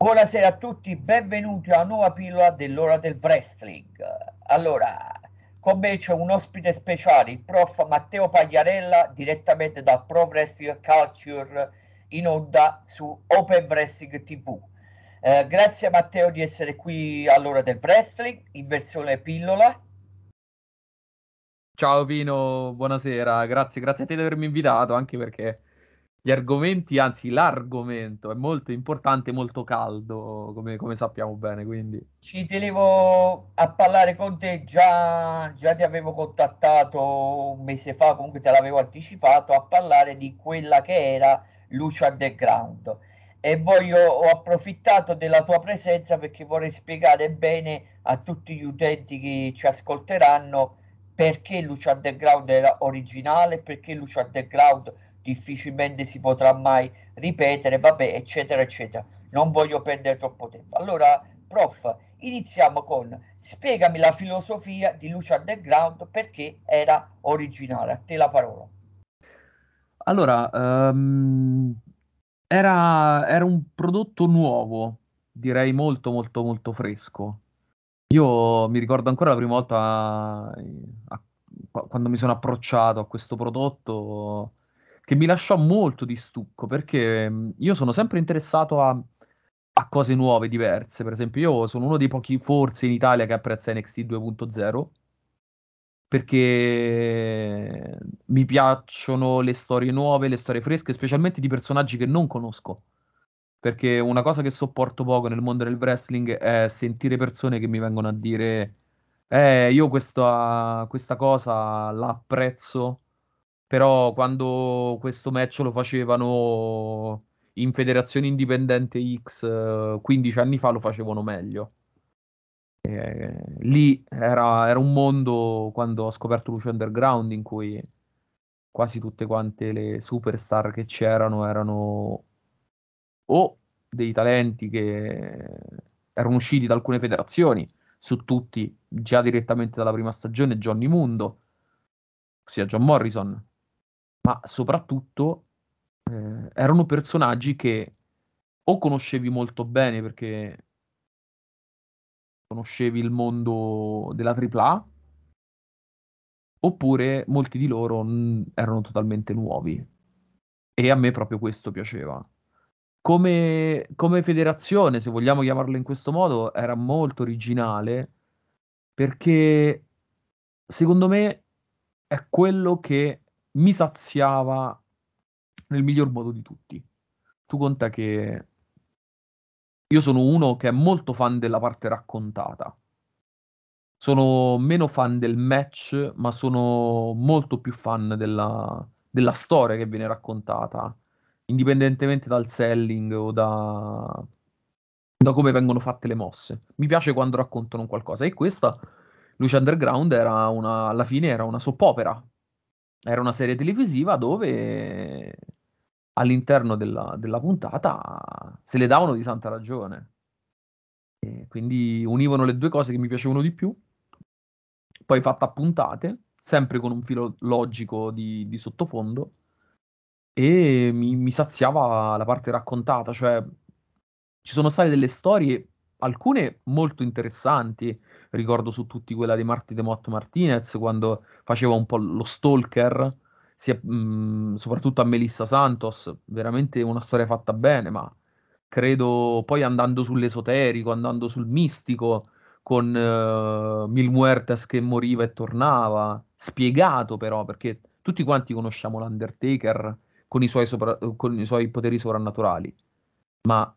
Buonasera a tutti, benvenuti a una nuova pillola dell'ora del wrestling. Allora, con me c'è un ospite speciale, il prof Matteo Pagliarella, direttamente da Pro Wrestling Culture in onda su Open Wrestling TV. Grazie Matteo di essere qui all'ora del wrestling in versione pillola. Ciao Pino, buonasera, grazie a te di avermi invitato, anche perché gli argomenti, anzi l'argomento è molto importante, molto caldo, come sappiamo bene, quindi... Ci tenevo a parlare con te, già ti avevo contattato un mese fa, comunque te l'avevo anticipato, a parlare di quella che era Luce Underground. E ho approfittato della tua presenza perché vorrei spiegare bene a tutti gli utenti che ci ascolteranno perché Luce Underground era originale, perché Luce Underground difficilmente si potrà mai ripetere, vabbè, eccetera, eccetera. Non voglio perdere troppo tempo. Allora, prof, iniziamo con spiegami la filosofia di Luce Underground perché era originale. A te la parola. Allora, era un prodotto nuovo, direi molto molto molto fresco. Io mi ricordo ancora la prima volta quando mi sono approcciato a questo prodotto che mi lasciò molto di stucco perché io sono sempre interessato a cose nuove, diverse. Per esempio, io sono uno dei pochi forse in Italia che apprezza NXT 2.0 perché mi piacciono le storie nuove, le storie fresche, specialmente di personaggi che non conosco. Perché una cosa che sopporto poco nel mondo del wrestling è sentire persone che mi vengono a dire: io questa cosa la apprezzo, però quando questo match lo facevano in Federazione Indipendente X 15 anni fa lo facevano meglio. Lì era un mondo, quando ho scoperto Luce Underground, in cui quasi tutte quante le superstar che c'erano erano o dei talenti che erano usciti da alcune federazioni, su tutti già direttamente dalla prima stagione Johnny Mundo, ossia John Morrison, ma soprattutto erano personaggi che o conoscevi molto bene perché conoscevi il mondo della AAA, oppure molti di loro erano totalmente nuovi. E a me proprio questo piaceva. Come federazione, se vogliamo chiamarla in questo modo, era molto originale perché secondo me è quello che mi saziava nel miglior modo di tutti. Tu conta che io sono uno che è molto fan della parte raccontata. Sono meno fan del match, ma sono molto più fan della storia che viene raccontata, indipendentemente dal selling o da come vengono fatte le mosse. Mi piace quando raccontano un qualcosa. E questa, Luce Underground, alla fine era una soap opera. Era una serie televisiva dove all'interno della puntata se le davano di santa ragione. E quindi univano le due cose che mi piacevano di più, poi fatta a puntate, sempre con un filo logico di sottofondo, e mi saziava la parte raccontata, cioè ci sono state delle storie, alcune molto interessanti, ricordo su tutti quella di Marty de Motto Martinez, quando faceva un po' lo stalker, soprattutto a Melissa Santos, veramente una storia fatta bene, ma credo poi andando sull'esoterico, andando sul mistico, con Mil Muertes che moriva e tornava, spiegato però, perché tutti quanti conosciamo l'Undertaker con i suoi poteri sovrannaturali, ma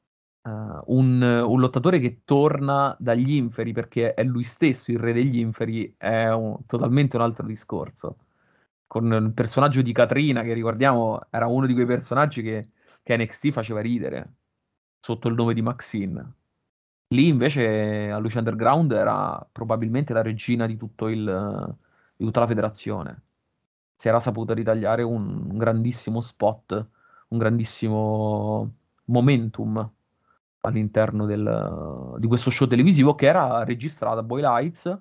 un lottatore che torna dagli inferi perché è lui stesso il re degli inferi è totalmente un altro discorso. Con il personaggio di Katrina, che ricordiamo era uno di quei personaggi che NXT faceva ridere, sotto il nome di Maxine. Lì invece a Luce Underground era probabilmente la regina di tutta la federazione. Si era saputa ritagliare un grandissimo spot, un grandissimo momentum all'interno di questo show televisivo che era registrato a Boy Lights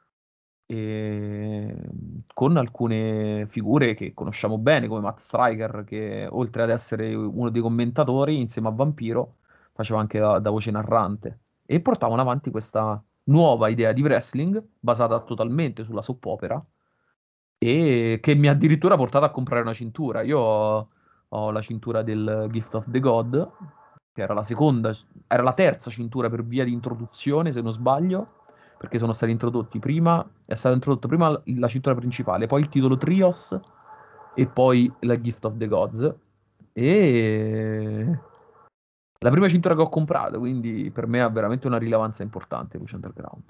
e con alcune figure che conosciamo bene, come Matt Striker, che oltre ad essere uno dei commentatori insieme a Vampiro, faceva anche da voce narrante, e portavano avanti questa nuova idea di wrestling basata totalmente sulla soap opera e che mi ha addirittura portato a comprare una cintura. Io ho la cintura del Gift of the God, che era la seconda, era la terza cintura per via di introduzione, se non sbaglio, perché sono stati introdotti prima, è stata introdotta prima la cintura principale, poi il titolo Trios e poi la Gift of the Gods. E la prima cintura che ho comprato, quindi per me ha veramente una rilevanza importante Luce Underground.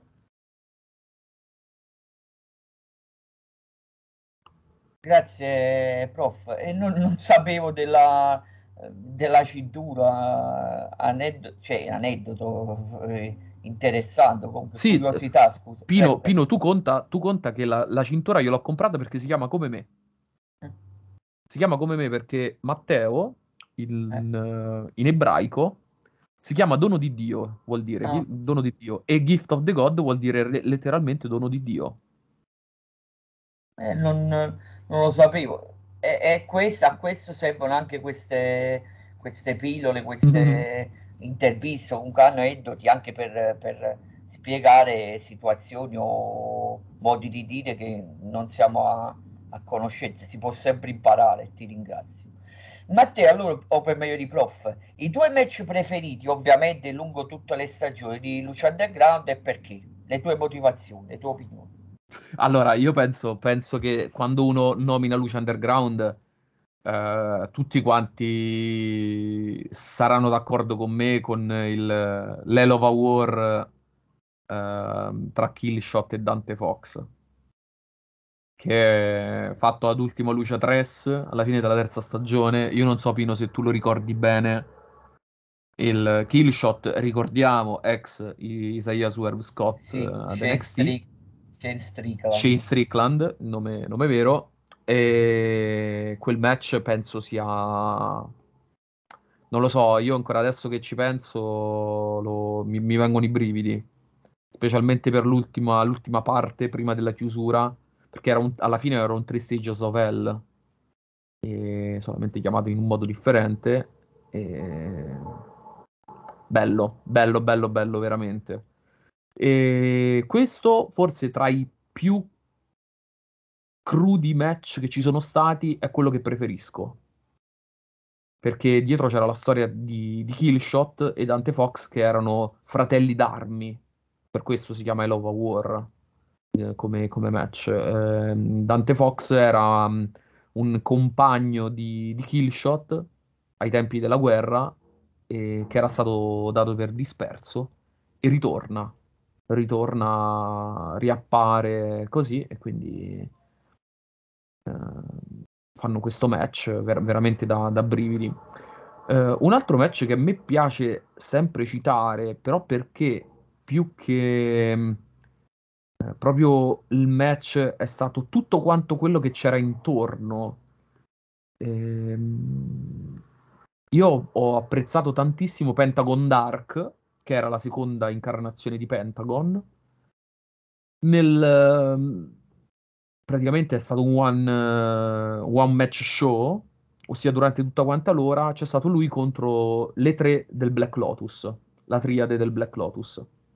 Grazie, prof. E non sapevo della cintura, cioè aneddoto interessante, comunque Sì, curiosità, scusa. Prego, prego. Pino, tu conta che la cintura io l'ho comprata perché si chiama come me. Si chiama come me perché Matteo, Eh, in ebraico, si chiama dono di Dio, vuol dire ah, dono di Dio, e Gift of the God vuol dire letteralmente dono di Dio. non lo sapevo. A questo servono anche queste pillole, Mhm. queste interviste, comunque aneddoti anche per spiegare situazioni o modi di dire che non siamo a conoscenza. Si può sempre imparare, ti ringrazio. Matteo, allora, o per meglio di prof, i tuoi match preferiti, ovviamente, lungo tutte le stagioni di Luce Underground e perché? Le tue motivazioni, le tue opinioni. Allora, io penso che quando uno nomina Luce Underground, tutti quanti saranno d'accordo con me con l'Hell War tra Killshot e Dante Fox, che è fatto ad Ultimo Lucia 3 alla fine della terza stagione. Io non so, Pino, se tu lo ricordi bene. Il Killshot, ricordiamo, ex Isaiah Swerve Scott Sì, ad NXT, Shane Shane Strickland. Strickland, nome vero, e quel match penso sia... Non lo so, io ancora adesso che ci penso mi vengono i brividi, specialmente per l'ultima parte prima della chiusura, perché alla fine era un Three Stages of Hell, e solamente chiamato in un modo differente. E... Bello, bello, bello, bello veramente. E questo forse tra i più crudi match che ci sono stati è quello che preferisco. Perché dietro c'era la storia di Killshot e Dante Fox che erano fratelli d'armi. Per questo si chiama I Love a War come match. Dante Fox era un compagno di Killshot ai tempi della guerra, che era stato dato per disperso e riappare così, e quindi fanno questo match veramente da brividi. Un altro match che a me piace sempre citare, però perché più che proprio il match è stato tutto quanto quello che c'era intorno. Ehm, io ho apprezzato tantissimo Pentagon Dark, che era la seconda incarnazione di Pentagon. Nel, praticamente è stato un one match show, ossia durante tutta quanta l'ora c'è stato lui contro le tre del Black Lotus, la triade del Black Lotus.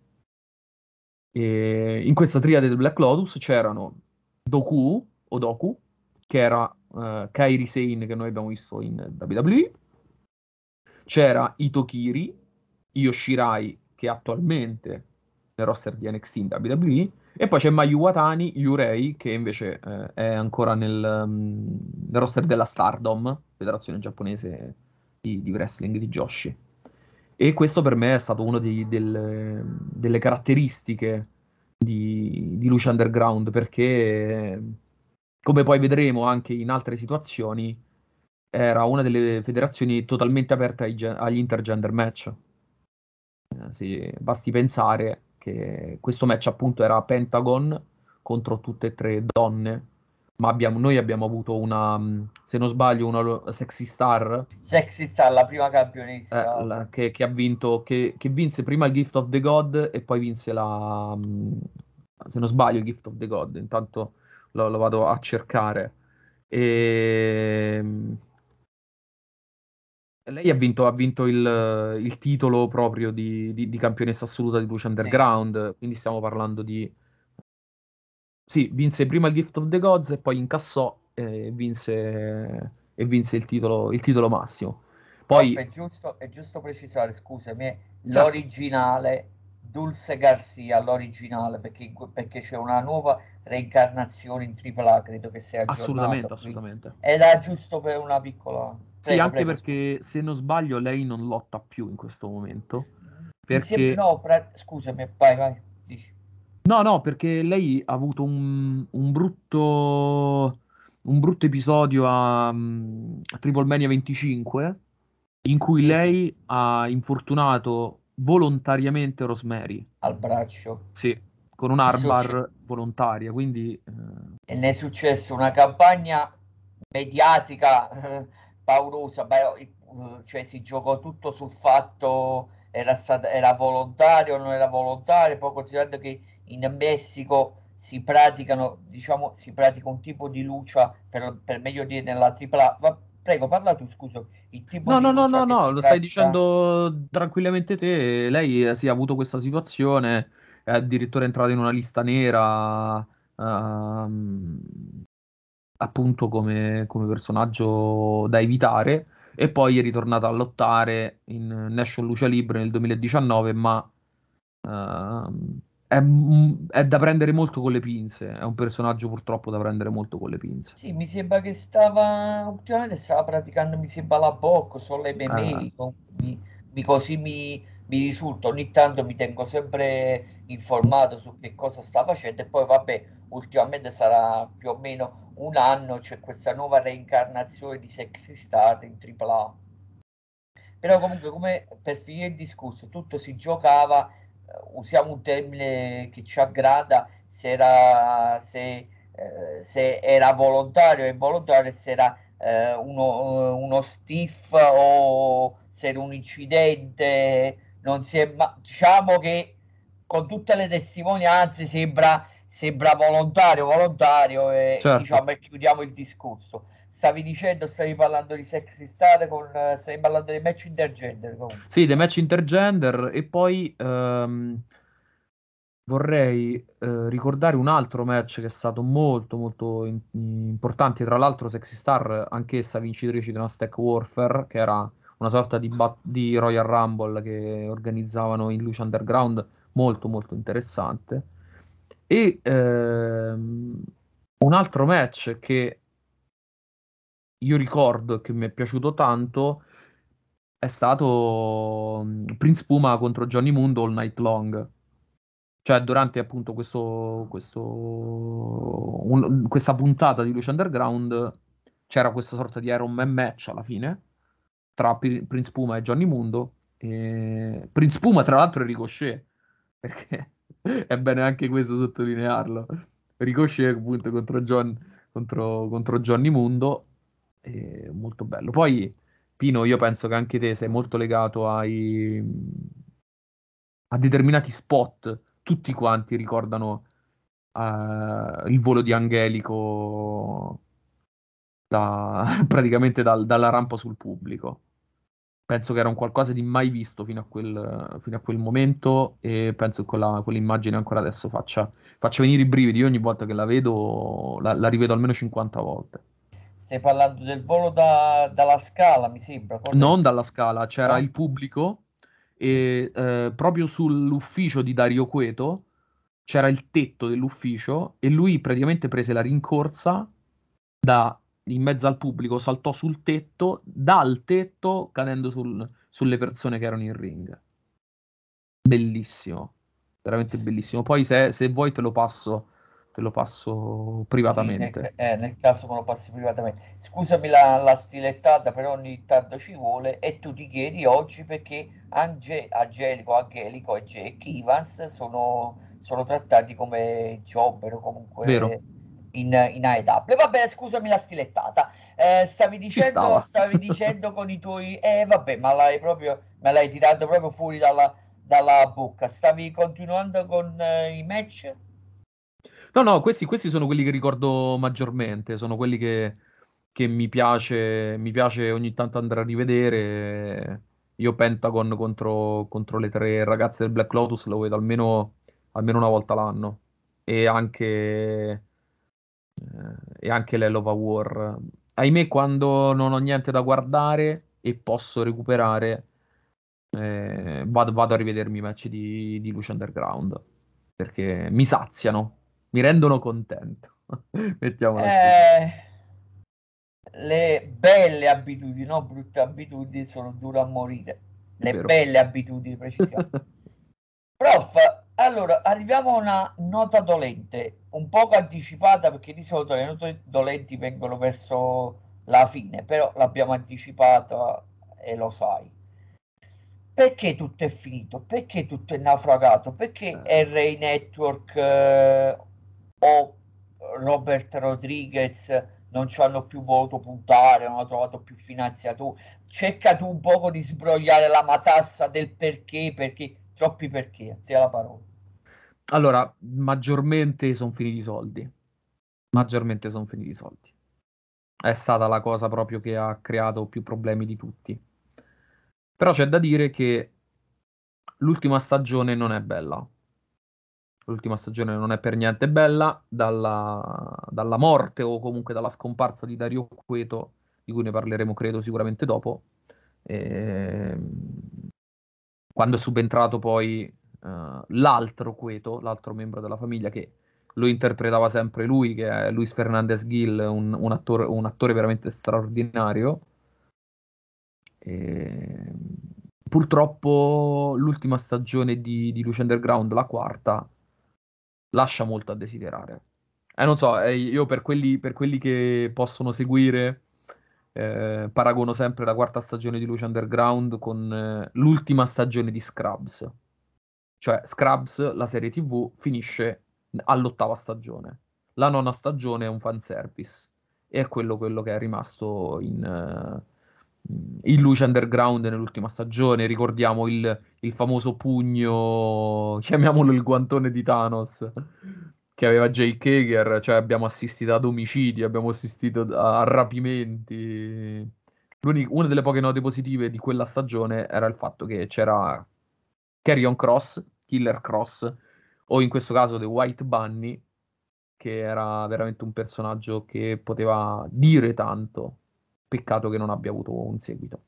E in questa triade del Black Lotus c'erano Doku, che era Kairi Sane che noi abbiamo visto in WWE, c'era Itokiri, Io Shirai, che è attualmente nel roster di NXT in WWE, e poi c'è Mayu Watani, Yurei, che invece è ancora nel roster della Stardom, federazione giapponese di wrestling di Joshi. E questo per me è stato uno delle caratteristiche di Lucha Underground, perché, come poi vedremo anche in altre situazioni, era una delle federazioni totalmente aperte agli intergender match. Basti pensare che questo match appunto era Pentagon contro tutte e tre donne, ma noi abbiamo avuto se non sbaglio, una sexy star Sexy Star, la prima campionessa. che ha vinto, che vinse prima il Gift of the God e poi vinse se non sbaglio, il Gift of the God. Intanto lo vado a cercare. E, Lei ha vinto il titolo proprio di campionessa assoluta di Lucha Sì. Underground, quindi stiamo parlando di... Sì, vinse prima il Gift of the Gods e poi incassò e vinse il titolo massimo. Prof, Poi, è giusto precisare, scusami, certo, l'originale, Dulce Garcia, l'originale, perché c'è una nuova reincarnazione in AAA, credo che sia aggiornato, assolutamente, quindi assolutamente. era giusto per una piccola... Sì, Prego, anche prego, scusa. perché se non sbaglio lei non lotta più in questo momento, perché... No, scusami, vai, vai, dici. No, no, perché lei ha avuto un brutto episodio a Triple Mania 25 in cui Sì, sì, lei ha infortunato volontariamente Rosemary. al braccio. Sì, con E succe- un'armbar volontaria, quindi e ne è successo una campagna mediatica paurosa, cioè si giocò tutto sul fatto era volontario o non era volontario, poi considerando che in Messico si pratica un tipo di lucia, per meglio dire nella tripla, prego, parla tu, scusa, il tipo no, di no, no, lucia no, che no, si lo stai pratica. dicendo tranquillamente te. Lei sì, ha avuto questa situazione, è addirittura entrata in una lista nera, ehm, appunto come personaggio da evitare, e poi è ritornata a lottare in National Lucha Libre nel 2019, ma è da prendere molto con le pinze, è un personaggio purtroppo da prendere molto con le pinze. Sì, mi sembra che ultimamente stava praticando, mi sembra la box o Eh, l'MMA, così mi risulta, ogni tanto mi tengo sempre informato su che cosa sta facendo e poi vabbè, ultimamente sarà più o meno un anno, c'è questa nuova reincarnazione di Sexy Star in AAA. Però comunque, come per finire il discorso, tutto si giocava, usiamo un termine che ci aggrada, se era volontario o involontario, se era uno stiff o se era un incidente, non si è, ma diciamo che con tutte le testimonianze sembra volontario, volontario e certo. diciamo e chiudiamo il discorso. Stavi parlando di Sexy Star stavi parlando di match intergender comunque. Sì, dei match intergender e poi vorrei ricordare un altro match che è stato molto molto importante, tra l'altro Sexy Star, anch'essa vincitrice di una Stack Warfare, che era una sorta di Royal Rumble che organizzavano in Lucha Underground, molto molto interessante. E un altro match che io ricordo che mi è piaciuto tanto è stato Prince Puma contro Johnny Mundo All Night Long. Cioè, durante appunto questa puntata di Luce Underground c'era questa sorta di Iron Man match alla fine tra Prince Puma e Johnny Mundo. E Prince Puma, tra l'altro, è Ricochet, perché è bene anche questo sottolinearlo. Ricochet appunto contro Johnny Mundo, molto bello. Poi, Pino, io penso che anche te sei molto legato a determinati spot. Tutti quanti ricordano il volo di Angelico praticamente dalla rampa sul pubblico. Penso che era un qualcosa di mai visto fino a quel momento, e penso che quell'immagine ancora adesso faccia venire i brividi. Io ogni volta che la vedo, la rivedo almeno 50 volte. Stai parlando del volo dalla Scala, mi sembra, Non corretto? dalla Scala, c'era il No? pubblico e proprio sull'ufficio di Dario Cueto c'era il tetto dell'ufficio e lui praticamente prese la rincorsa da in mezzo al pubblico, saltò sul tetto, dal tetto cadendo sulle persone che erano in ring. Bellissimo, veramente bellissimo. Poi se vuoi te lo passo Sì, privatamente. nel caso me lo passi privatamente. Scusami la stilettata, però ogni tanto ci vuole e tu ti chiedi oggi perché Angelico e Jack Evans sono trattati come jobber o Vero? comunque in AEW. Va bene, scusami la stilettata. Stavi Ci dicendo, stava. stavi dicendo con i tuoi... vabbè, me l'hai tirato proprio fuori dalla bocca. Stavi continuando con i match? No, no, questi sono quelli che ricordo maggiormente, sono quelli che mi piace ogni tanto andare a rivedere. Io Pentagon contro le tre ragazze del Black Lotus lo vedo almeno una volta l'anno. E anche, e anche l'Hell of a War. Ahimè, quando non ho niente da guardare e posso recuperare, vado a rivedermi i match di Luce Underground, perché mi saziano, mi rendono contento. Mettiamola così. Eh, le belle abitudini, no brutte abitudini, sono dure a morire. Le Vero. belle abitudini, precisiamo. Prof, allora arriviamo a una nota dolente, un poco anticipata perché di solito le note dolenti vengono verso la fine, però l'abbiamo anticipata e lo sai. Perché tutto è finito? Perché tutto è naufragato? Perché Eh, RA Network o Robert Rodriguez non ci hanno più voluto puntare, non hanno trovato più finanziatori? Cerca tu un poco di sbrogliare la matassa del perché, troppi perché, a te la parola. Allora, maggiormente sono finiti i soldi. Maggiormente sono finiti i soldi. È stata la cosa proprio che ha creato più problemi di tutti. Però c'è da dire che l'ultima stagione non è bella. L'ultima stagione non è per niente bella, dalla morte o comunque dalla scomparsa di Dario Cueto, di cui ne parleremo credo sicuramente dopo. Ehm, Quando è subentrato poi l'altro Cueto, l'altro membro della famiglia che lo interpretava sempre lui, che è Luis Fernandez Gil, un attore veramente straordinario. E, purtroppo l'ultima stagione di Luce Underground, la quarta, lascia molto a desiderare. Non so, io per quelli che possono seguire, paragono sempre la quarta stagione di Luce Underground con l'ultima stagione di Scrubs. Cioè, Scrubs, la serie TV, finisce all'8ª stagione. La nona stagione è un fanservice. E è quello che è rimasto in Luce Underground nell'ultima stagione. Ricordiamo il famoso pugno, chiamiamolo il guantone di Thanos, che aveva Jake Hager. Cioè, abbiamo assistito ad omicidi, abbiamo assistito a rapimenti. Una delle poche note positive di quella stagione era il fatto che c'era Carrion Cross, Killer Cross, o in questo caso The White Bunny, che era veramente un personaggio che poteva dire tanto. Peccato che non abbia avuto un seguito.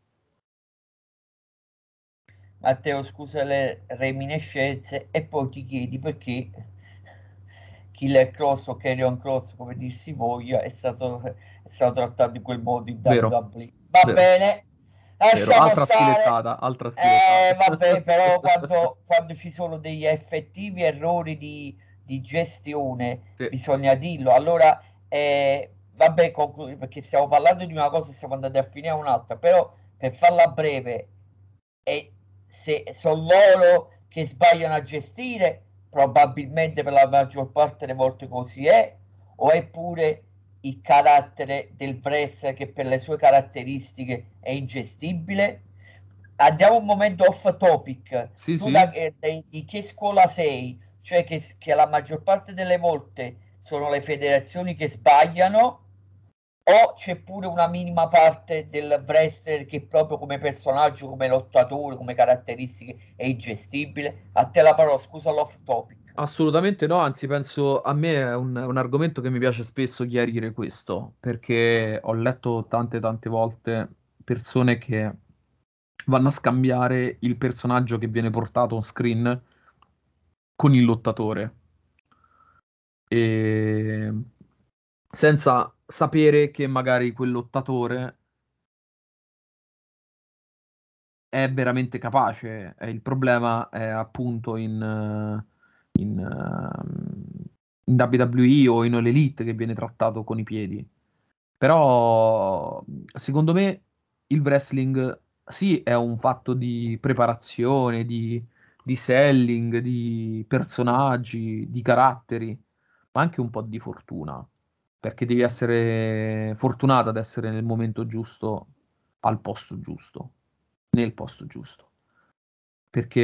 Matteo, scusa le reminiscenze e poi ti chiedi perché Killer Cross o Carrion Cross, come dissi voglia, è stato trattato in quel modo in Vero, WWE. Va vero, bene, vero. lasciamo Altra stare. stilettata, altra stilettata. Vabbè, però quando ci sono degli effettivi errori di gestione, Sì. bisogna dirlo. Allora, vabbè, perché stiamo parlando di una cosa e siamo andati a finire a un'altra, però per farla breve, e se sono loro che sbagliano a gestire, probabilmente per la maggior parte delle volte così è, o è pure il carattere del wrestler che per le sue caratteristiche è ingestibile? Andiamo un momento off topic. Sì, Tu sì. di che scuola sei? Cioè che la maggior parte delle volte sono le federazioni che sbagliano o c'è pure una minima parte del wrestler che proprio come personaggio, come lottatore, come caratteristiche è ingestibile? A te la parola, scusa l'off topic. Assolutamente no, anzi penso a me è un argomento che mi piace spesso chiarire questo, perché ho letto tante tante volte persone che vanno a scambiare il personaggio che viene portato on screen con il lottatore, e senza sapere che magari quel lottatore è veramente capace. Il problema è appunto in WWE o in All Elite che viene trattato con i piedi. Però, secondo me, il wrestling sì, è un fatto di preparazione, di selling, di personaggi, di caratteri, ma anche un po' di fortuna, perché devi essere fortunato ad essere nel momento giusto, al posto giusto, nel posto giusto. Perché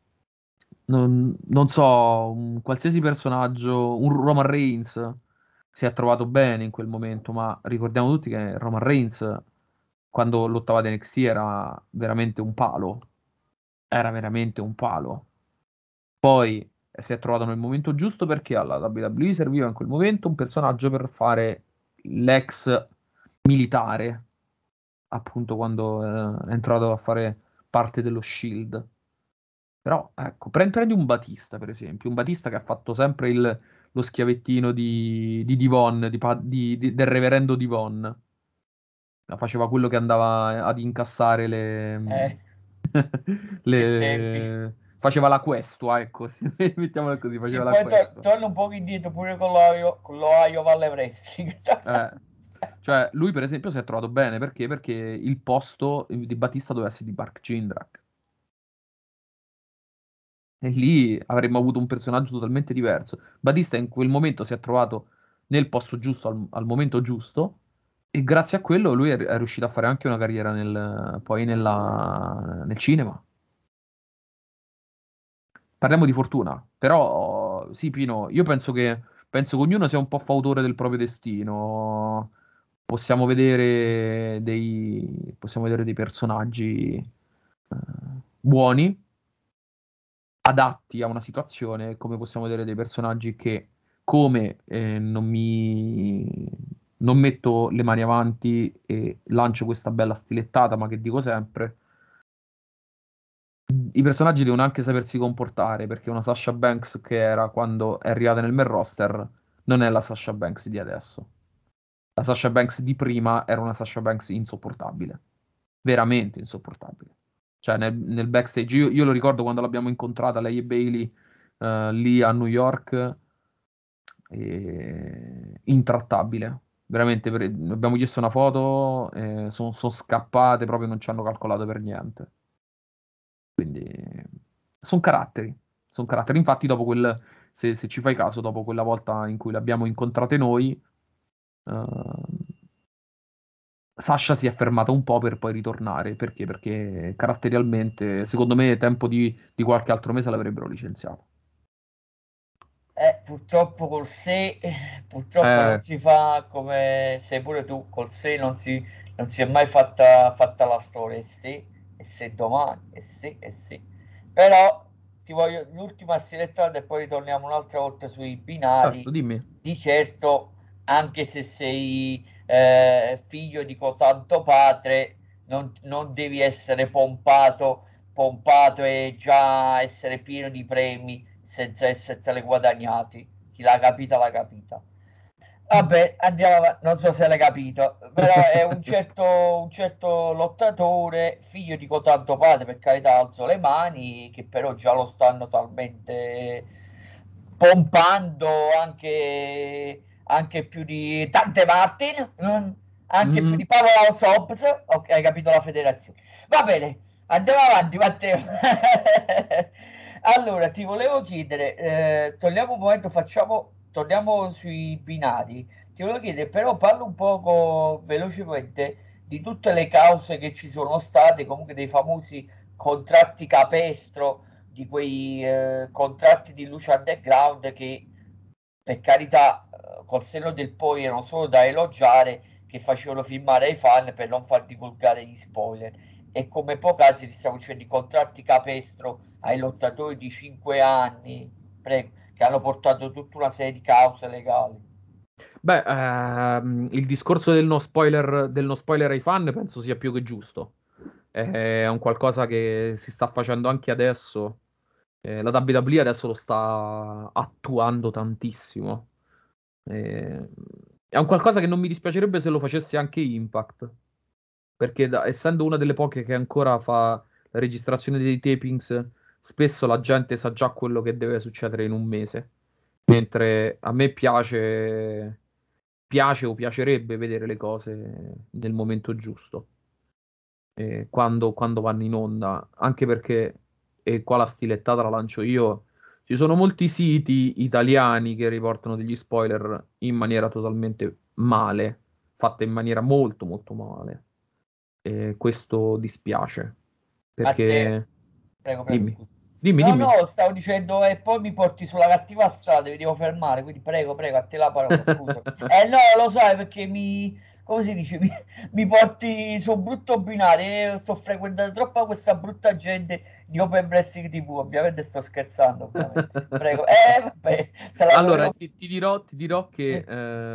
non so, un qualsiasi personaggio, un Roman Reigns si è trovato bene in quel momento, ma ricordiamo tutti che Roman Reigns, quando lottava ad NXT, era veramente un palo. Era veramente un palo. Poi si è trovato nel momento giusto perché alla WWE serviva in quel momento un personaggio per fare l'ex militare, appunto quando è entrato a fare parte dello Shield. Però, ecco, prendi un Batista, per esempio, un Batista che ha fatto sempre lo schiavettino di Divon, del reverendo Divon. Faceva quello che andava ad incassare Eh, che tempi. Faceva la questua, ecco, sì, mettiamola così, Sì, faceva la poi questua. torno un po' indietro pure con l'Ohio Valle Wrestling. Eh, cioè, lui per esempio si è trovato bene, perché? Perché il posto di Battista doveva essere di Mark Jindrak. E lì avremmo avuto un personaggio totalmente diverso. Batista in quel momento si è trovato nel posto giusto, al momento giusto, e grazie a quello lui è riuscito a fare anche una carriera poi nel cinema. Parliamo di fortuna, però sì, Pino, io penso che ognuno sia un po' fautore del proprio destino. Possiamo vedere dei personaggi buoni, adatti a una situazione, come possiamo vedere dei personaggi che, come non metto le mani avanti e lancio questa bella stilettata, ma che dico sempre, i personaggi devono anche sapersi comportare, perché una Sasha Banks che era quando è arrivata nel main roster non è la Sasha Banks di adesso. La Sasha Banks di prima era una Sasha Banks insopportabile, veramente insopportabile. Cioè nel backstage, io lo ricordo quando l'abbiamo incontrata lei e Bailey lì a New York, intrattabile. Veramente, abbiamo chiesto una foto, sono scappate, proprio non ci hanno calcolato per niente. Quindi sono caratteri, sono caratteri. Infatti, se ci fai caso, dopo quella volta in cui le abbiamo incontrate noi, Sasha si è fermata un po' per poi ritornare. Perché? Perché caratterialmente, secondo me, tempo di qualche altro mese l'avrebbero licenziato. Purtroppo purtroppo non Eh, si fa come sei pure tu, col se non si è mai fatta la storia, e se domani, e sì. Però ti voglio l'ultima stilettata e poi ritorniamo un'altra volta sui certo, binari. dimmi. Di certo, anche se sei figlio di cotanto padre, non devi essere pompato e già essere pieno di premi senza essertele guadagnati. Chi l'ha capita, l'ha capita. Vabbè, andiamo avanti. Non so se l'hai capito, però è un certo lottatore, figlio di cotanto padre, per carità, alzo le mani, che però già lo stanno talmente pompando anche più di Tante Martin, anche più Mm, di Paolo Sobs. Ok, hai capito la federazione. Va bene, andiamo avanti, Matteo. Allora, ti volevo chiedere, togliamo un momento, torniamo sui binari. Ti volevo chiedere, però parlo un poco velocemente di tutte le cause che ci sono state, comunque dei famosi contratti capestro, di quei contratti di luce underground che, per carità, col senno del poi erano solo da elogiare, che facevano firmare ai fan per non far divulgare gli spoiler. E come poc'anzi ti stiamo dicendo di contratti capestro ai lottatori di 5 anni, prego, che hanno portato tutta una serie di cause legali. beh, il discorso del no spoiler ai fan penso sia più che giusto. È un qualcosa che si sta facendo anche adesso. La WWE adesso lo sta attuando tantissimo. Eh, è un qualcosa che non mi dispiacerebbe se lo facesse anche Impact, perché essendo una delle poche che ancora fa la registrazione dei tapings, spesso la gente sa già quello che deve succedere in un mese, mentre a me piace o piacerebbe vedere le cose nel momento giusto, quando vanno in onda, anche perché, e qua la stilettata la lancio io, ci sono molti siti italiani che riportano degli spoiler in maniera totalmente male, fatta in maniera molto molto male. E questo dispiace, Matteo, perché prego, dimmi. scusa. Dimmi, No, dimmi. no, stavo dicendo, e poi mi porti sulla cattiva strada, mi devo fermare, quindi prego, prego, a te la parola, scusa. No, lo sai perché come si dice, mi porti su un brutto binario, sto frequentando troppo questa brutta gente di Open Wrestling TV, ovviamente sto scherzando, ovviamente. Prego, vabbè, te la Allora, dovevo... ti dirò che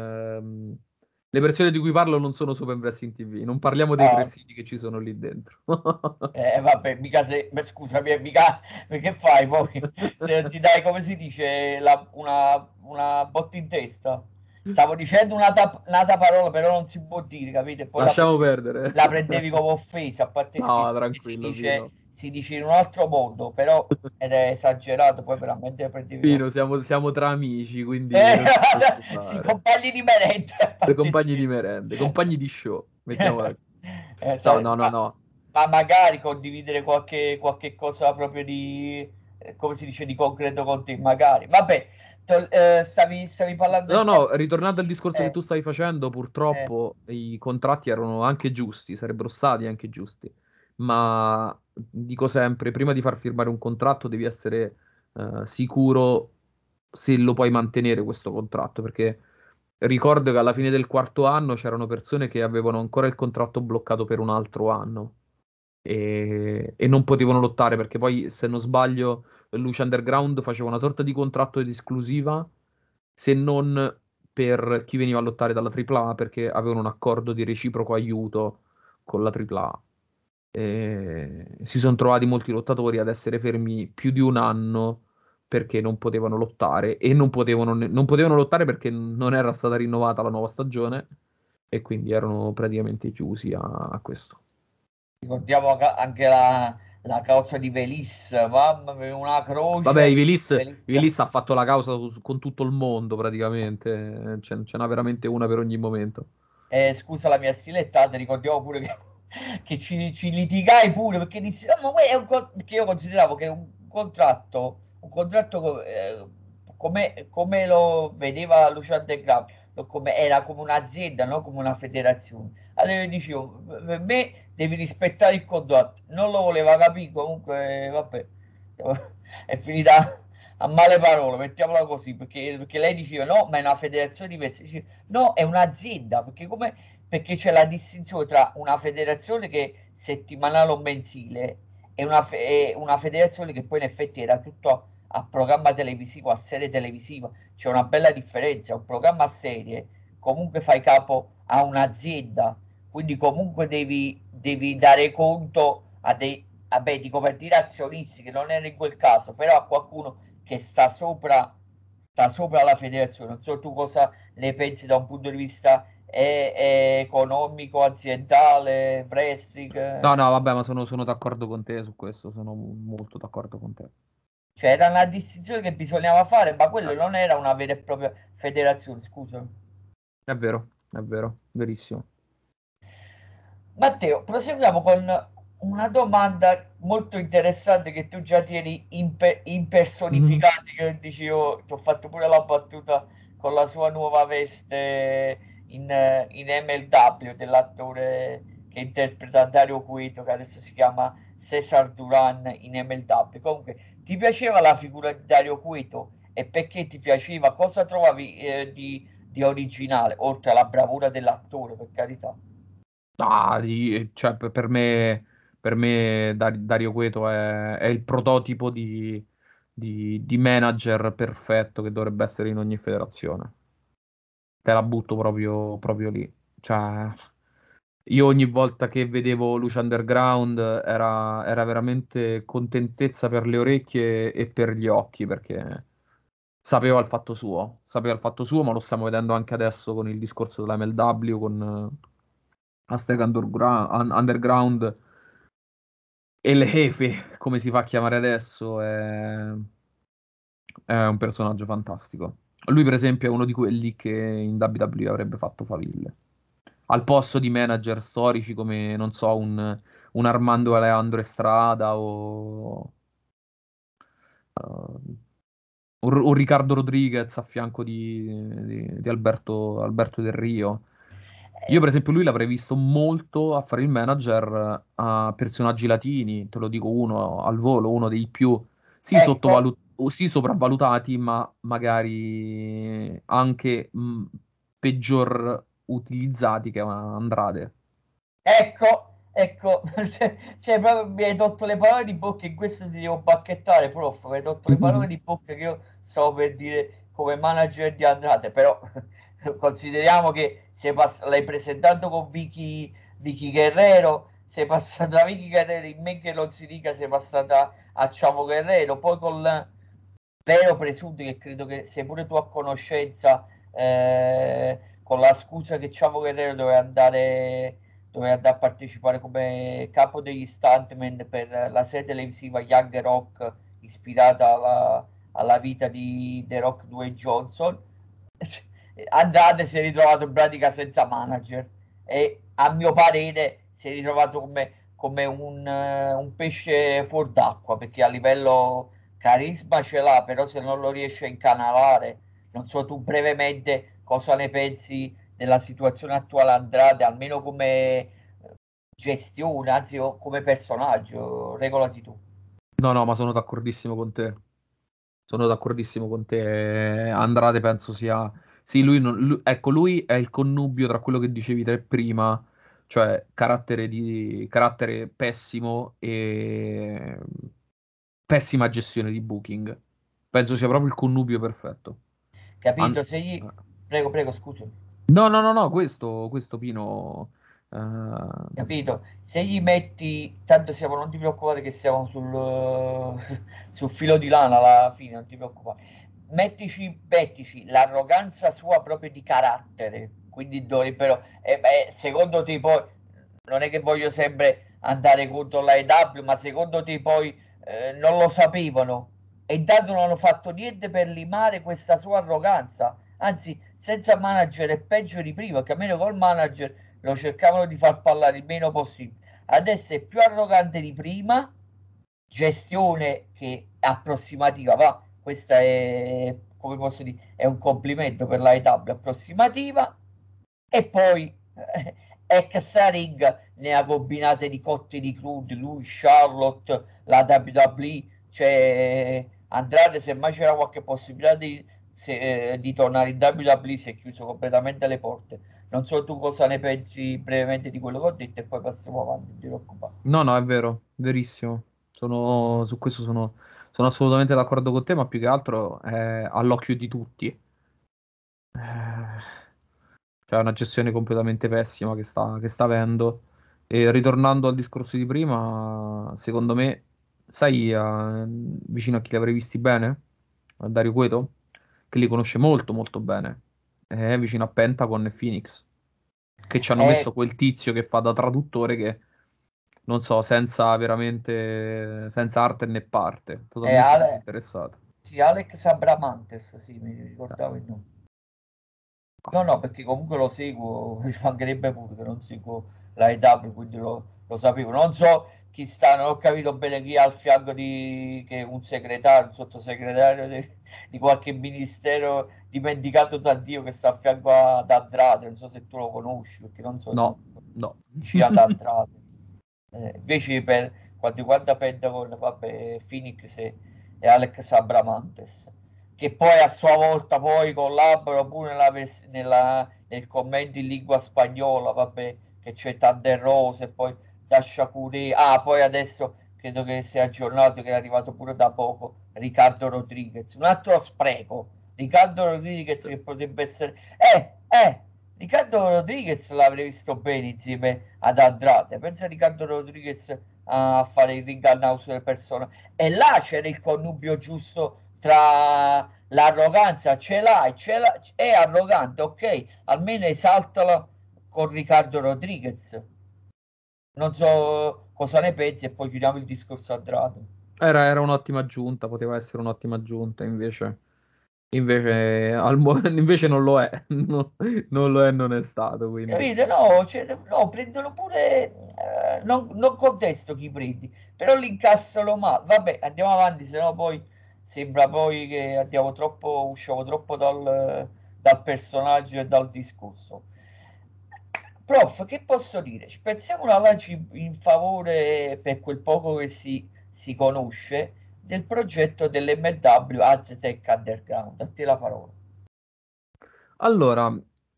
le persone di cui parlo non sono su Open Wrestling TV, non parliamo dei Ah, presidi che ci sono lì dentro. vabbè, mica se, beh, scusami, mica, che fai poi? Ti dai, come si dice, una botta in testa? Stavo dicendo un'altra parola, però non si può dire, capite? Poi Lasciamo perdere. la prendevi come offesa, a parte No, scherzi, perché tranquillo, Pino. si dice in un altro modo, però ed è esagerato, poi veramente la prendevi come Pino, offesa. siamo tra amici, quindi Eh, non ti sì, preoccupare. compagni di merenda, a Le parte compagni di scherzi. merende, compagni di show, mettiamola così. No, Sai, no, no, no. ma magari condividere qualche cosa proprio di, come si dice, di concreto con te, magari. Vabbè, stavi parlando del No, no, fatto... ritornando al discorso che Eh, tu stavi facendo, eh, purtroppo i contratti erano anche giusti, sarebbero stati anche giusti, ma dico sempre, prima di far firmare un contratto devi essere sicuro se lo puoi mantenere questo contratto, perché ricordo che alla fine del quarto anno c'erano persone che avevano ancora il contratto bloccato per un altro anno e non potevano lottare perché poi, se non sbaglio, Luce Underground faceva una sorta di contratto di esclusiva, se non per chi veniva a lottare dalla AAA, perché avevano un accordo di reciproco aiuto con la AAA. E si sono trovati molti lottatori ad essere fermi più di un anno perché non potevano lottare e non potevano lottare perché non era stata rinnovata la nuova stagione e quindi erano praticamente chiusi a questo. ricordiamo anche la causa di Velis, mamma mia, una Vabbè, croce. Velis. I Willis ha fatto la causa con tutto il mondo praticamente, ce n'ha veramente una per ogni momento. Scusa la mia stilettata, ricordiamo pure che ci litigai pure perché dissi, no, ma è perché io consideravo che un contratto come lo vedeva Luciano De Grau, era come un'azienda, non come una federazione. Allora io dicevo, per me devi rispettare il contratto, non lo voleva capire, comunque, vabbè, è finita a male parole, mettiamola così, perché lei diceva no, ma è una federazione diversa. Dice, no, è un'azienda, perché c'è la distinzione tra una federazione che è settimanale o mensile e e una federazione che poi in effetti era tutto a programma televisivo, a serie televisiva. C'è una bella differenza, un programma a serie comunque fai capo a un'azienda, quindi comunque devi dare conto a dei, vabbè, dico per dire azionisti, che non era in quel caso, però a qualcuno che sta sopra la federazione. Non so tu cosa ne pensi da un punto di vista economico, aziendale, wrestling. No, no, vabbè, ma sono d'accordo con te su questo, sono molto d'accordo con te. Cioè, era una distinzione che bisognava fare, ma quello non era una vera e propria federazione, scusa. È vero, verissimo. Matteo, proseguiamo con una domanda molto interessante che tu già tieni Mhm. impersonificati, che dici io ti ho fatto pure la battuta con la sua nuova veste in MLW dell'attore che interpreta Dario Cueto, che adesso si chiama Cesar Duran in MLW. Comunque, ti piaceva la figura di Dario Cueto e perché ti piaceva? Cosa trovavi di originale, oltre alla bravura dell'attore, per carità? Ah, cioè, per me Dario Cueto è il prototipo di manager perfetto che dovrebbe essere in ogni federazione. Te la butto proprio lì. Cioè, io ogni volta che vedevo Luce Underground era veramente contentezza per le orecchie e per gli occhi, perché sapeva il fatto suo, ma lo stiamo vedendo anche adesso con il discorso della MLW, con Aztec Underground e le Hefe, come si fa a chiamare adesso, è un personaggio fantastico. Lui, per esempio, è uno di quelli che in WWE avrebbe fatto faville. Al posto di manager storici come, non so, un Armando Alejandro Estrada o un Riccardo Rodriguez a fianco di Alberto Del Rio. Io, Eh, per esempio, lui l'avrei visto molto a fare il manager a personaggi latini, te lo dico uno al volo, uno dei più sì, Ecco, sì, sopravvalutati, ma magari anche peggior utilizzati che Andrade. ecco, cioè, proprio mi hai tolto le parole di bocca, in questo ti devo bacchettare, prof, mi hai tolto le parole di bocca che io stavo per dire come manager di Andrade, però consideriamo che l'hai presentato con Vicky Guerrero, sei passata da Vicky Guerrero in men che non si dica, sei passata a Ciamo Guerrero, poi con vero presunto che credo che sei pure tu a conoscenza, con la scusa che Ciamo Guerrero doveva andare a partecipare come capo degli stuntman per la serie televisiva Young Rock, ispirata alla vita di The Rock 2 Johnson. Andrade si è ritrovato in pratica senza manager e a mio parere si è ritrovato come un pesce fuor d'acqua, perché a livello carisma ce l'ha, però se non lo riesce a incanalare, non so tu brevemente cosa ne pensi della situazione attuale Andrade, almeno come gestione, anzi o come personaggio, regolati tu. No, no, ma sono d'accordissimo con te. Sono d'accordissimo con te. Andrade penso sia... Sì, ecco, lui è il connubio tra quello che dicevi te prima, cioè carattere pessimo e pessima gestione di booking. Penso sia proprio il connubio perfetto. An- Capito? Se gli... Prego, prego, scusami. No, no, no, no, questo Pino... eh, Capito? Se gli metti, tanto siamo, non ti preoccupare che siamo sul filo di lana alla fine, non ti preoccupare. Mettici l'arroganza sua proprio di carattere, quindi dovrebbero, secondo te poi, non è che voglio sempre andare contro la EW, ma secondo te poi non lo sapevano e intanto non hanno fatto niente per limare questa sua arroganza, anzi, senza manager è peggio di prima, che almeno col manager lo cercavano di far parlare il meno possibile. Adesso è più arrogante di prima, gestione che è approssimativa, va, questa è, come posso dire, è un complimento per la EW, approssimativa, e poi ex ring ne ha combinate di cotte e di crudi, lui, Charlotte, la WWE, cioè Andrade, se mai c'era qualche possibilità di tornare in WWE si è chiuso completamente le porte. Non so tu cosa ne pensi brevemente di quello che ho detto e poi passiamo avanti, non ti preoccupare. No, no, è vero, verissimo. Su questo sono assolutamente d'accordo con te, ma più che altro è all'occhio di tutti. Cioè, è una gestione completamente pessima che sta avendo. E ritornando al discorso di prima, secondo me, sai, vicino a chi li avrei visti bene? A Dario Cueto, che li conosce molto, molto bene. È vicino a Pentagon e Phoenix, che ci hanno Eh, messo quel tizio che fa da traduttore che, non so, senza arte né parte, è totalmente disinteressato. sì, Alex Abramantes, sì, mi ricordavo il nome. No, no, perché comunque lo seguo, ci mancherebbe pure che non seguo la EW, quindi lo sapevo. Non so chi sta, non ho capito bene chi è al fianco che è un segretario, un sottosegretario di qualche ministero dimenticato da Dio che sta a fianco ad Andrade, non so se tu lo conosci, perché non so No, no. vicino ad Andrade. Invece per quanto riguarda Pentagon, vabbè, Phoenix e Alex Abramantes, che poi a sua volta poi collabora pure nel commento in lingua spagnola, vabbè, che c'è Thunder Rose e poi Dasha Curé. Ah, poi adesso credo che sia aggiornato, che è arrivato pure da poco, Riccardo Rodriguez. Un altro spreco, Riccardo Rodriguez che potrebbe essere... Riccardo Rodriguez l'avrei visto bene insieme ad Andrade. Pensa a Riccardo Rodriguez a fare il ring announce delle persone. E là c'era il connubio giusto tra l'arroganza, è arrogante, ok, almeno esaltala con Riccardo Rodriguez. Non so cosa ne pensi e poi chiudiamo il discorso Andrade. Era un'ottima aggiunta, poteva essere un'ottima aggiunta, invece non lo è, non lo è, non è stato, quindi. Capite? No, no, prendono pure, non contesto chi prendi, però l'incastrano male. Vabbè, andiamo avanti, sennò poi sembra poi che usciamo troppo dal personaggio e dal discorso. Prof, che posso dire? Spezziamo una lancia in favore per quel poco che si conosce del progetto dell'MLW Aztec Underground. A te la parola. Allora,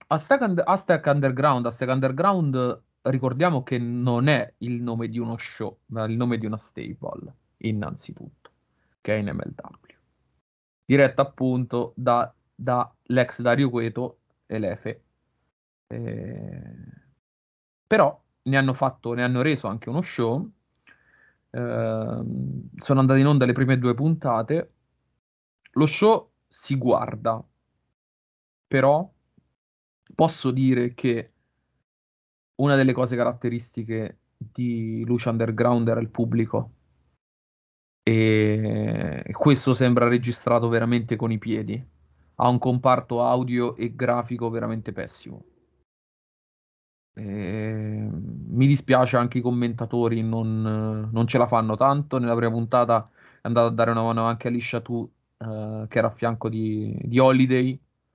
Aztec Underground, ricordiamo che non è il nome di uno show, ma è il nome di una stable, innanzitutto, che è in MLW. Diretta appunto da l'ex Dario Cueto e l'Efe. Però ne hanno reso anche uno show. Sono andate in onda le prime 2 puntate. Lo show si guarda, però posso dire che una delle cose caratteristiche di Luce Underground era il pubblico. E questo sembra registrato veramente con i piedi. Ha un comparto audio e grafico veramente pessimo. Mi dispiace, anche i commentatori non ce la fanno tanto. Nella prima puntata è andato a dare una mano anche a Alicia Tu, che era a fianco di Holiday,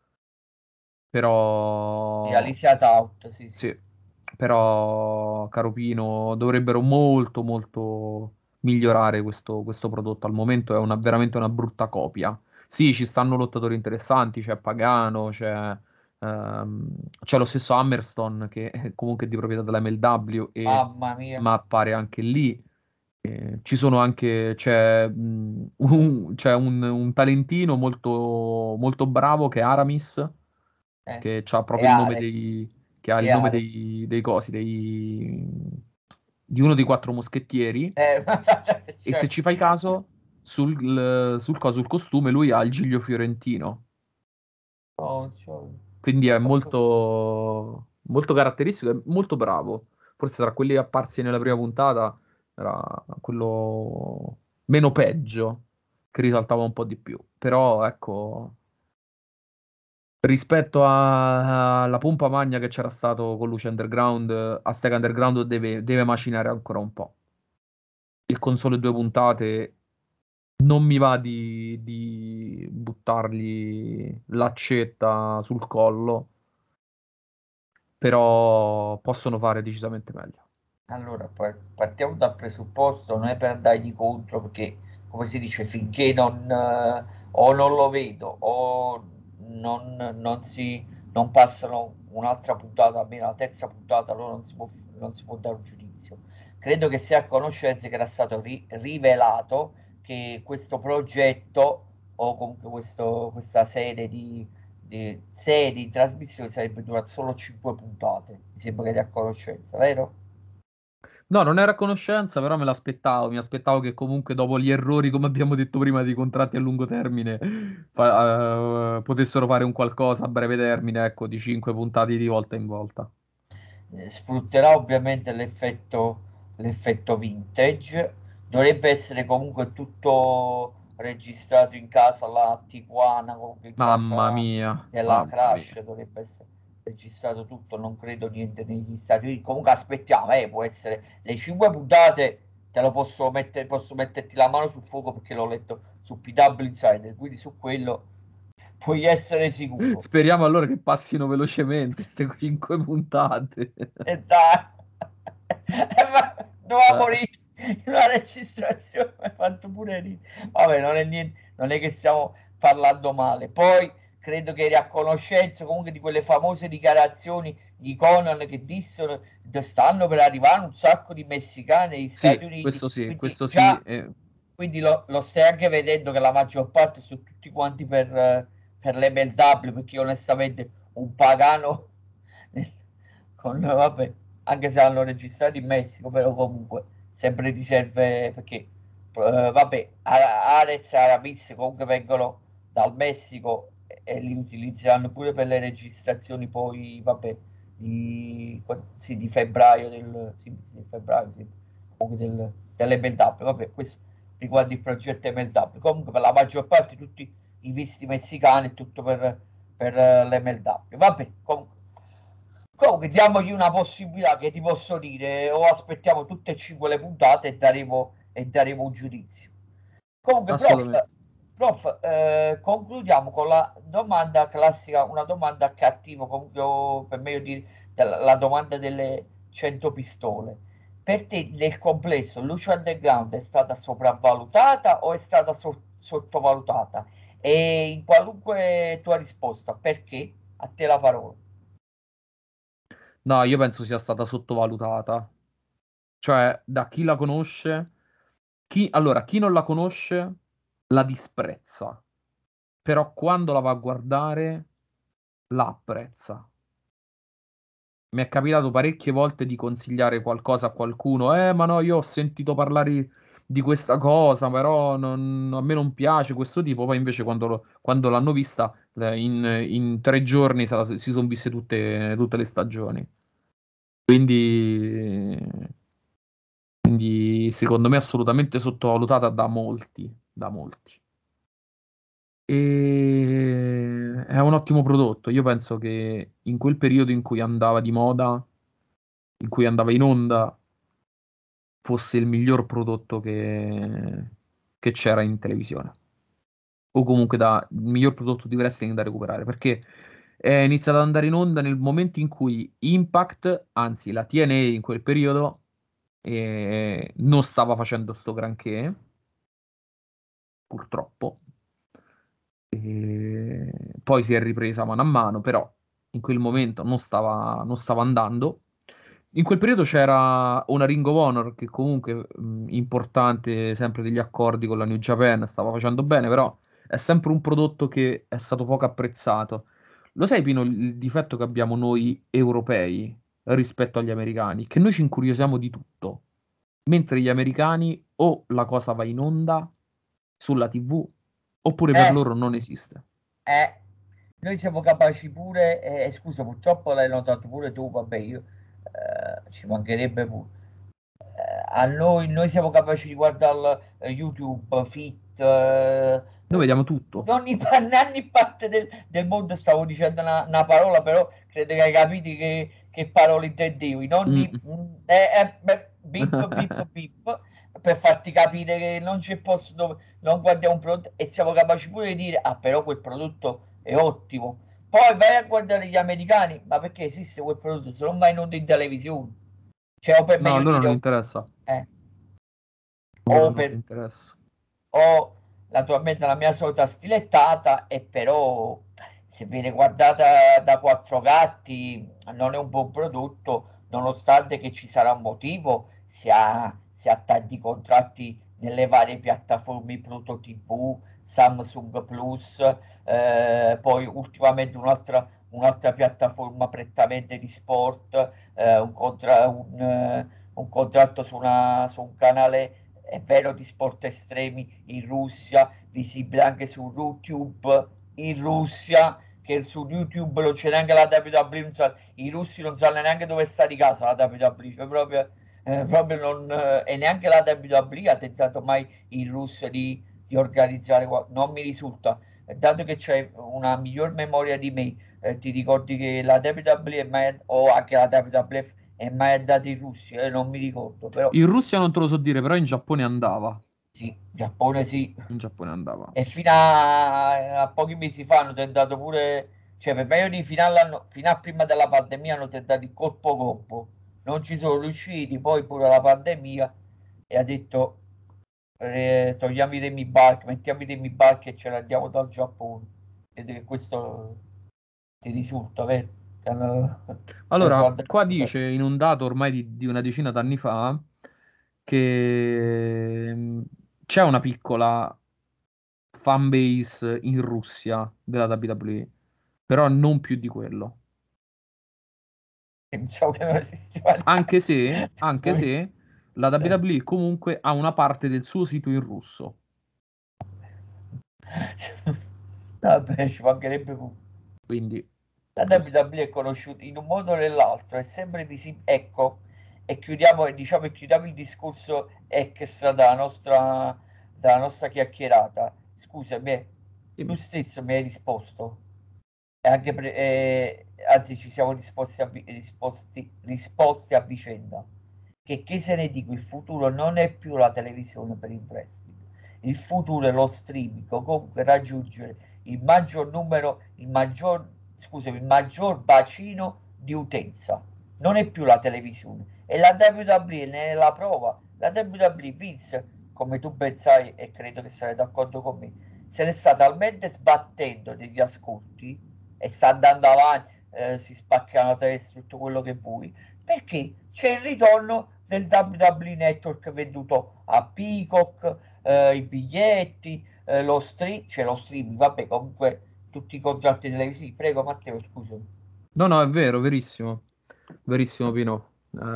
Sì, però Alicia Tout, sì, sì. sì, però caro Pino, dovrebbero molto molto migliorare questo prodotto. Al momento è veramente una brutta copia. Sì, ci stanno lottatori interessanti, c'è Pagano, ehm, c'è lo stesso Hammerstone che è comunque di proprietà della MLW, Mamma mia. ma appare anche lì. Ci sono anche, c'è un talentino molto, molto bravo che è Aramis, Eh. che ha E proprio il nome Ares. che ha il E nome Ares. dei cosi, di uno dei 4 moschettieri. E se Cioè, ci fai caso, sul costume lui ha il Giglio Fiorentino. oh, cioè, Quindi è molto, molto caratteristico e molto bravo. Forse tra quelli apparsi nella prima puntata era quello meno peggio, che risaltava un po' di più. Però ecco, rispetto alla pompa magna che c'era stato con Luce Underground, Aztec Underground deve macinare ancora un po'. Il con sole 2 puntate non mi va di buttargli l'accetta sul collo, però possono fare decisamente meglio. allora, poi partiamo dal presupposto, non è per dargli contro, perché come si dice, finché non, o non lo vedo o non passano un'altra puntata, almeno la terza puntata, allora non si può dare un giudizio. Credo che sia a conoscenza che era stato rivelato che questo progetto o comunque questa serie serie di trasmissioni sarebbe durata solo 5 puntate. Mi sembra che eri a conoscenza, vero? No, non era a conoscenza, però me l'aspettavo. Mi aspettavo che comunque dopo gli errori, come abbiamo detto prima, di contratti a lungo termine, potessero fare un qualcosa a breve termine, ecco, di 5 puntate di volta in volta. Sfrutterà ovviamente l'effetto vintage. Dovrebbe essere comunque tutto registrato in casa là a Tijuana, comunque in Mamma casa mia, della mamma mia. Crash, dovrebbe essere registrato tutto, non credo niente negli Stati Uniti. Comunque aspettiamo, può essere le 5 puntate, te lo posso metterti la mano sul fuoco perché l'ho letto su PW Insider, quindi su quello puoi essere sicuro. Speriamo allora che passino velocemente queste 5 puntate. E dai, ma doveva Eh, morire in una registrazione, mi ha fatto pure ridere. Vabbè, non è niente, non è che stiamo parlando male. Poi credo che eri a conoscenza comunque di quelle famose dichiarazioni di Conan che dissero che stanno per arrivare un sacco di messicani negli Stati sì, Uniti, quindi questo sì. già quindi lo stai anche vedendo che la maggior parte sono tutti quanti per l'MLW, perché onestamente un pagano vabbè, anche se hanno registrato in Messico, però comunque sempre ti serve perché vabbè, Arez e Aramis comunque vengono dal Messico e li utilizzeranno pure per le registrazioni poi, vabbè, sì, di febbraio di febbraio, sì, comunque dell'MLW, vabbè, questo riguarda il progetto MLW. Comunque per la maggior parte tutti i visti messicani è tutto per l'MLW. Vabbè, comunque diamogli una possibilità, che ti posso dire, o aspettiamo tutte e 5 le puntate e daremo un giudizio. Comunque, Assolutamente. concludiamo con la domanda classica, una domanda cattiva, comunque, o per meglio dire, la domanda delle 100 pistole. per te nel complesso Luce Underground è stata sopravvalutata o è stata sottovalutata? E in qualunque tua risposta, perché? A te la parola. No, io penso sia stata sottovalutata. Cioè, da chi la conosce, allora, chi non la conosce la disprezza, però quando la va a guardare la apprezza. Mi è capitato parecchie volte di consigliare qualcosa a qualcuno, ma no, io ho sentito parlare di questa cosa, però a me non piace questo tipo, poi invece quando l'hanno vista in 3 giorni si sono viste tutte le stagioni. Quindi, quindi secondo me è assolutamente sottovalutata da molti, da molti. E è un ottimo prodotto. Io penso che in quel periodo in cui andava di moda, in cui andava in onda, fosse il miglior prodotto che c'era in televisione. O comunque il miglior prodotto di wrestling da recuperare. Perché è iniziato ad andare in onda nel momento in cui Impact, anzi la TNA in quel periodo, non stava facendo sto granché, purtroppo. E poi si è ripresa mano a mano, però in quel momento non stava andando. In quel periodo c'era una Ring of Honor che comunque importante, sempre degli accordi con la New Japan, stava facendo bene, però è sempre un prodotto che è stato poco apprezzato. Lo sai, Pino, il difetto che abbiamo noi europei rispetto agli americani? Che noi ci incuriosiamo di tutto, mentre gli americani o la cosa va in onda sulla TV oppure per Eh, loro non esiste. eh, noi siamo capaci pure, scusa, purtroppo l'hai notato pure tu, vabbè, io ci mancherebbe pure. A noi siamo capaci di guardare YouTube, Fit, Noi vediamo tutto. in ogni parte del mondo. Stavo dicendo una parola, però credo che hai capito che parola intendevo. In ogni Mm. beh, bip, bip, bip, per farti capire che non c'è posto dove non guardiamo un prodotto e siamo capaci pure di dire, ah, però quel prodotto è ottimo. Poi vai a guardare gli americani, ma perché esiste quel prodotto? Se non vai in onda in televisione, cioè, o per No, a meglio loro dire, non interessa. eh, A loro o non per interessa. ho naturalmente la mia solita stilettata, e però se viene guardata da quattro gatti non è un buon prodotto, nonostante che ci sarà un motivo, si ha tanti contratti nelle varie piattaforme Pluto TV, Samsung Plus, poi ultimamente un'altra piattaforma prettamente di sport, un contratto su un canale, è vero, di sport estremi in Russia, visibile anche su YouTube in Russia, che su YouTube non c'è neanche la WWE, i russi non sanno neanche dove sta di casa la WWE, cioè proprio non, e neanche la WWE ha tentato mai in Russia di organizzare, non mi risulta. Dato che c'è una miglior memoria di me, ti ricordi che la WWE o anche la WWF è mai andata in Russia? Non mi ricordo, però In Russia non te lo so dire, però in Giappone andava. sì, Giappone sì. In Giappone andava. E fino a pochi mesi fa hanno tentato pure, cioè per meglio di fino a prima della pandemia hanno tentato il colpo colpo, non ci sono riusciti, poi pure la pandemia e ha detto togliamo i temi barche, mettiamo i temi barche e ce ne andiamo dal Giappone. Credo che questo ti risulta, vero? Se ne sono Allora, andati. qua dice in un dato ormai di una decina d'anni fa che c'è una piccola fanbase in Russia della WWE, però non più di quello. Pensavo che non esisteva Anche neanche. se, anche se la WWE comunque ha una parte del suo sito in russo. Vabbè, ci mancherebbe pure. Quindi, La così. WWE è conosciuta in un modo o nell'altro, è sempre visibile. Ecco, e chiudiamo, diciamo, e chiudiamo il discorso extra dalla nostra chiacchierata. Scusami, tu Dimmi. stesso mi hai risposto, e anche anzi, ci siamo risposti a vicenda. Che se ne dico, il futuro non è più la televisione per il wrestling, il futuro è lo streaming, o comunque raggiungere il maggior bacino di utenza. Non è più la televisione, e la WWE nella prova, la WWE Vince, come tu ben sai e credo che sarai d'accordo con me, se ne sta talmente sbattendo degli ascolti e sta andando avanti, si spaccano la testa, tutto quello che vuoi, perché c'è il ritorno del WWE Network venduto a Peacock, i biglietti, c'è lo streaming, vabbè, comunque tutti i contratti televisivi. Prego, Matteo, scusami. No, no, è vero, verissimo Pino.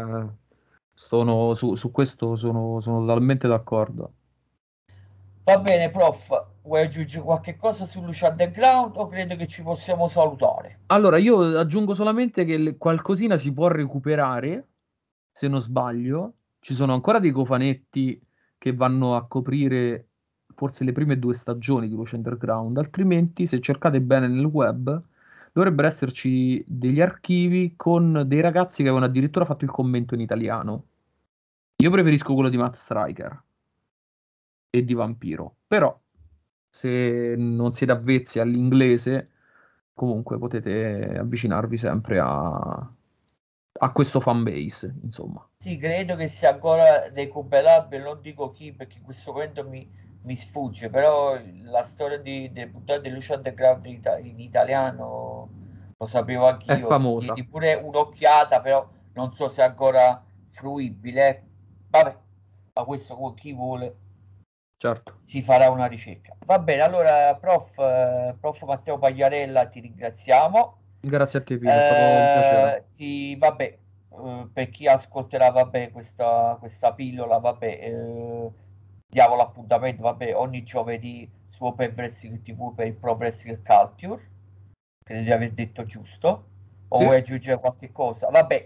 Su questo sono totalmente d'accordo. Va bene, prof, vuoi aggiungere qualche cosa su Luce Underground o credo che ci possiamo salutare? Allora, io aggiungo solamente che qualcosina si può recuperare, se non sbaglio. Ci sono ancora dei cofanetti che vanno a coprire forse le prime due stagioni di Luce Underground, altrimenti, se cercate bene nel web, dovrebbero esserci degli archivi con dei ragazzi che avevano addirittura fatto il commento in italiano. Io preferisco quello di Matt Striker e di Vampiro, però se non siete avvezzi all'inglese, comunque potete avvicinarvi sempre a questo fanbase, insomma. Sì, credo che sia ancora recuperabile, non dico chi perché in questo momento mi sfugge, però la storia del puntate di Luce Underground in italiano lo sapevo È anch'io, ci famosa, diedi pure un'occhiata, però non so se è ancora fruibile. Vabbè, ma questo con chi vuole certo. si farà una ricerca. Va bene, allora, prof Matteo Pagliarella, ti ringraziamo. Grazie a te, Pino, è stato un piacere. Vabbè, per chi ascolterà, vabbè, questa pillola, vabbè, diamo l'appuntamento, vabbè, ogni giovedì su Open Wrestling TV per il Pro Wrestling Culture. Credo di aver detto giusto. O Sì? vuoi aggiungere qualche cosa? Vabbè,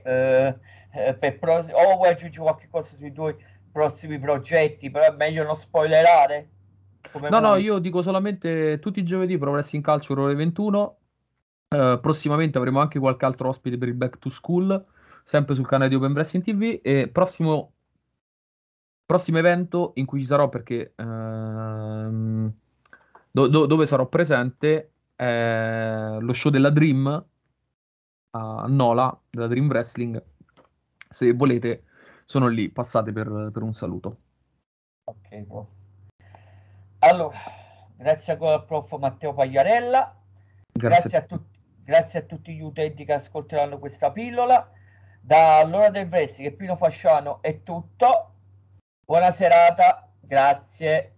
o vuoi aggiungere qualche cosa sui tuoi prossimi progetti, però è meglio non spoilerare. Come No, no, vuoi. io dico solamente tutti i giovedì Pro Wrestling Culture ore 21. Prossimamente avremo anche qualche altro ospite per il Back to School, sempre sul canale di Open Wrestling TV. E prossimo evento in cui ci sarò, perché dove sarò presente, è lo show della Dream a Nola, della Dream Wrestling. Se volete, sono lì, passate per un saluto. Ok, prof. Allora, grazie ancora al prof Matteo Pagliarella, Grazie a tutti. grazie a tutti gli utenti che ascolteranno questa pillola. Da Allora del Wrestling e Pino Fasciano è tutto. Buona serata, grazie.